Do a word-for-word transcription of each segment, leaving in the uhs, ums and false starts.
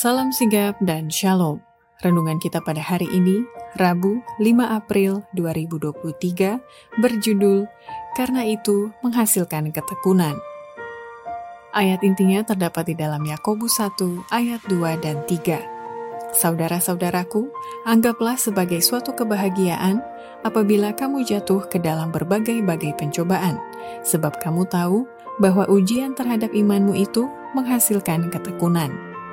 Salam sigap dan shalom. Renungan kita pada hari ini, Rabu lima April dua ribu dua puluh tiga, berjudul Karena Itu Menghasilkan Ketekunan. Ayat intinya terdapat di dalam Yakobus satu ayat dua dan tiga. Saudara-saudaraku, anggaplah sebagai suatu kebahagiaan apabila kamu jatuh ke dalam berbagai-bagai pencobaan, sebab kamu tahu bahwa ujian terhadap imanmu itu menghasilkan ketekunan.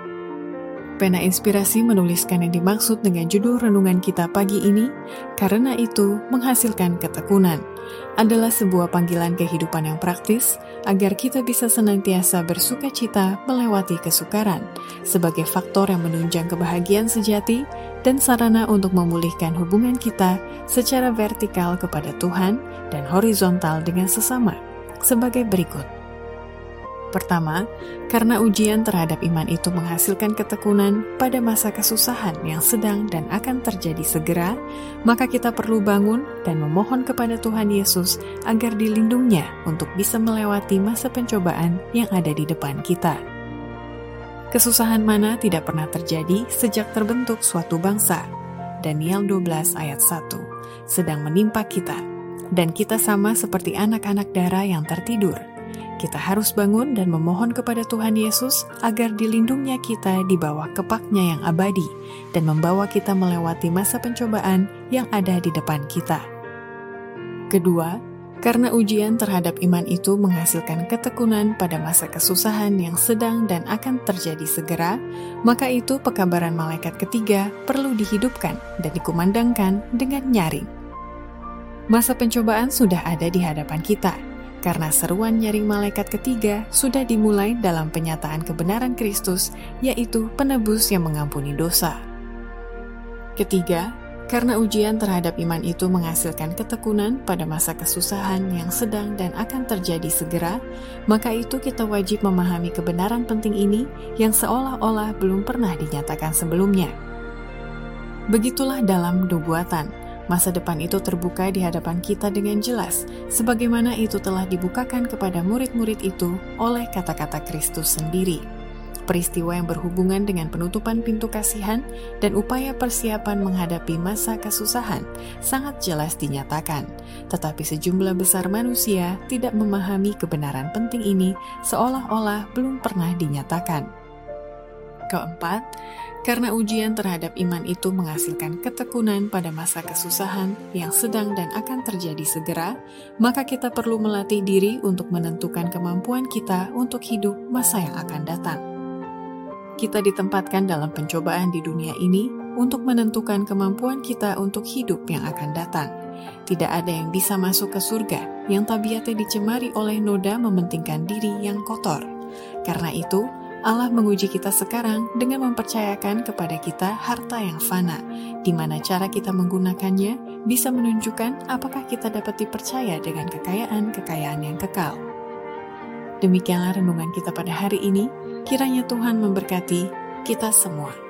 Pena Inspirasi menuliskan yang dimaksud dengan judul renungan kita pagi ini, Karena Itu Menghasilkan Ketekunan, adalah sebuah panggilan kehidupan yang praktis agar kita bisa senantiasa bersuka cita melewati kesukaran sebagai faktor yang menunjang kebahagiaan sejati dan sarana untuk memulihkan hubungan kita secara vertikal kepada Tuhan dan horizontal dengan sesama sebagai berikut. Pertama, karena ujian terhadap iman itu menghasilkan ketekunan pada masa kesusahan yang sedang dan akan terjadi segera, maka kita perlu bangun dan memohon kepada Tuhan Yesus agar dilindungnya untuk bisa melewati masa pencobaan yang ada di depan kita. Kesusahan mana tidak pernah terjadi sejak terbentuk suatu bangsa. Daniel dua belas ayat satu, sedang menimpa kita, dan kita sama seperti anak-anak dara yang tertidur. Kita harus bangun dan memohon kepada Tuhan Yesus agar dilindungnya kita di bawah kepaknya yang abadi dan membawa kita melewati masa pencobaan yang ada di depan kita. Kedua, karena ujian terhadap iman itu menghasilkan ketekunan pada masa kesusahan yang sedang dan akan terjadi segera, maka itu pekabaran malaikat ketiga perlu dihidupkan dan dikumandangkan dengan nyaring. Masa pencobaan sudah ada di hadapan kita, karena seruan nyaring malaikat ketiga sudah dimulai dalam penyataan kebenaran Kristus, yaitu penebus yang mengampuni dosa. Ketiga, karena ujian terhadap iman itu menghasilkan ketekunan pada masa kesusahan yang sedang dan akan terjadi segera, maka itu kita wajib memahami kebenaran penting ini yang seolah-olah belum pernah dinyatakan sebelumnya. Begitulah dalam nubuatan. Masa depan itu terbuka di hadapan kita dengan jelas, sebagaimana itu telah dibukakan kepada murid-murid itu oleh kata-kata Kristus sendiri. Peristiwa yang berhubungan dengan penutupan pintu kasihan dan upaya persiapan menghadapi masa kesusahan sangat jelas dinyatakan, tetapi sejumlah besar manusia tidak memahami kebenaran penting ini seolah-olah belum pernah dinyatakan. Keempat, karena ujian terhadap iman itu menghasilkan ketekunan pada masa kesusahan yang sedang dan akan terjadi segera, maka kita perlu melatih diri untuk menentukan kemampuan kita untuk hidup masa yang akan datang. Kita ditempatkan dalam pencobaan di dunia ini untuk menentukan kemampuan kita untuk hidup yang akan datang. Tidak ada yang bisa masuk ke surga yang tabiatnya dicemari oleh noda mementingkan diri yang kotor. Karena itu, Allah menguji kita sekarang dengan mempercayakan kepada kita harta yang fana, di mana cara kita menggunakannya bisa menunjukkan apakah kita dapat dipercaya dengan kekayaan-kekayaan yang kekal. Demikianlah renungan kita pada hari ini, kiranya Tuhan memberkati kita semua.